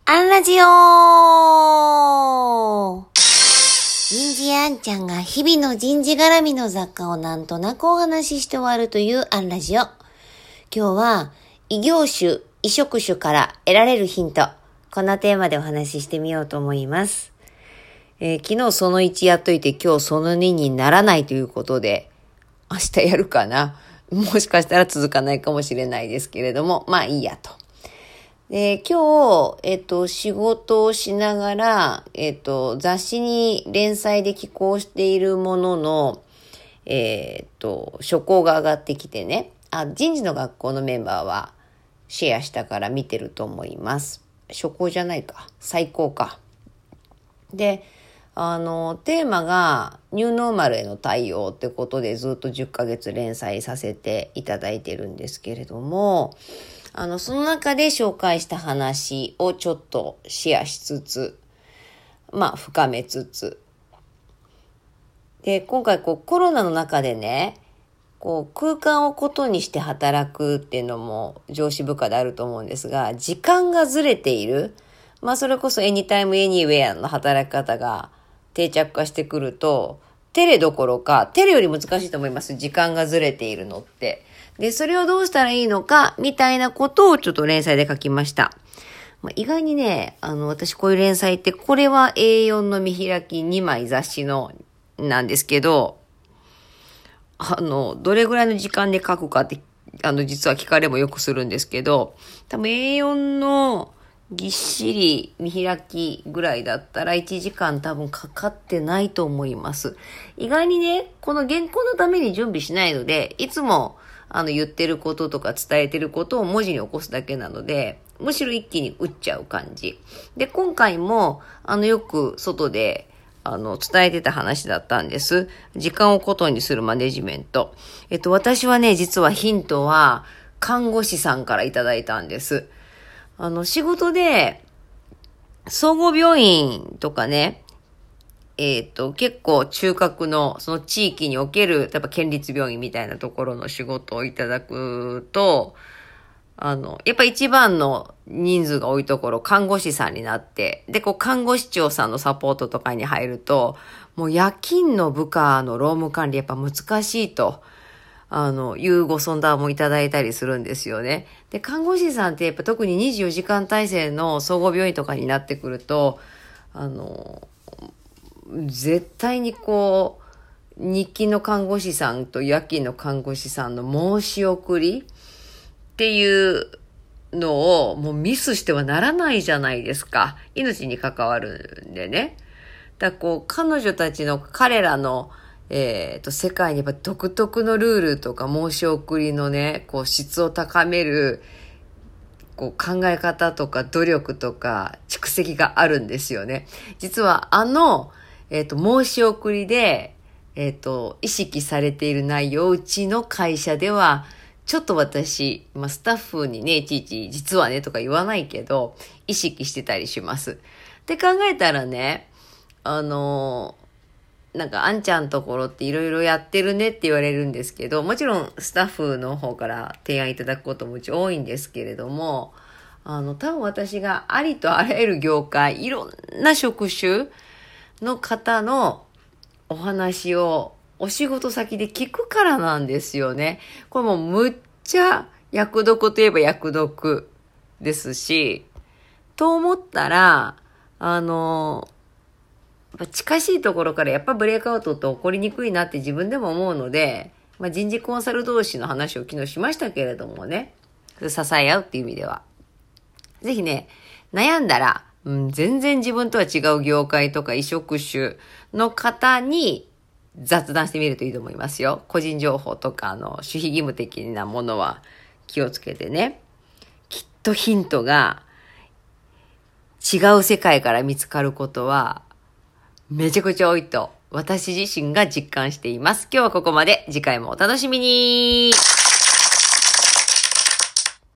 アンラジオ人事あんちゃんが日々の人事絡みの雑貨をなんとなくお話しして終わるというアンラジオ。今日は異業種、異職種から得られるヒント。こんなテーマでお話ししてみようと思います。昨日その1やっといて今日その2にならないということで、明日やるかな。もしかしたら続かないかもしれないですけれども、まあいいやと。で、今日、仕事をしながら、雑誌に連載で寄稿しているものの、書稿が上がってきてね、人事の学校のメンバーはシェアしたから見てると思います。書稿じゃないか、最高か。で、テーマがニューノーマルへの対応ってことでずっと10ヶ月連載させていただいてるんですけれども、その中で紹介した話をちょっとシェアしつつ、深めつつ。で、今回コロナの中でね、空間をことにして働くっていうのも上司部下であると思うんですが、時間がずれている。それこそエニタイムエニウェアの働き方が定着化してくると、テレどころか、テレより難しいと思います。時間がずれているのって。で、それをどうしたらいいのか、みたいなことをちょっと連載で書きました。意外にね、私こういう連載って、これは A4 の見開き2枚雑誌のなんですけど、どれぐらいの時間で書くかって、実は聞かれもよくするんですけど、多分 A4 のぎっしり見開きぐらいだったら1時間多分かかってないと思います。意外にね、この原稿のために準備しないので、いつも言ってることとか伝えてることを文字に起こすだけなので、むしろ一気に打っちゃう感じ。で、今回も、よく外で、伝えてた話だったんです。時間をことにするマネジメント。私はね、実はヒントは、看護師さんからいただいたんです。仕事で、総合病院とかね、結構中核のその地域における、やっぱ県立病院みたいなところの仕事をいただくと、やっぱ一番の人数が多いところ、看護師さんになって、で、看護師長さんのサポートとかに入ると、もう夜勤の部下の労務管理やっぱ難しいと、いうご相談もいただいたりするんですよね。で、看護師さんってやっぱ特に24時間体制の総合病院とかになってくると、絶対に日勤の看護師さんと夜勤の看護師さんの申し送りっていうのをもうミスしてはならないじゃないですか。命に関わるんでね。だから彼女たちの彼らの世界にやっぱ独特のルールとか申し送りのね、質を高める考え方とか努力とか蓄積があるんですよね。実は申し送りで意識されている内容、うちの会社ではちょっと私、スタッフにね、いちいち実はねとか言わないけど、意識してたりします。って考えたらね、あんちゃんところっていろいろやってるねって言われるんですけど、もちろんスタッフの方から提案いただくこともうち多いんですけれども、多分私がありとあらゆる業界、いろんな職種の方のお話をお仕事先で聞くからなんですよね。これもむっちゃ役読といえば役読ですし、と思ったら、近しいところからやっぱブレイクアウトって起こりにくいなって自分でも思うので、人事コンサル同士の話を昨日しましたけれどもね、支え合うっていう意味では。ぜひね、悩んだら、全然自分とは違う業界とか異職種の方に雑談してみるといいと思いますよ。個人情報とか守秘義務的なものは気をつけてね。きっとヒントが違う世界から見つかることはめちゃくちゃ多いと私自身が実感しています。今日はここまで。次回もお楽しみに。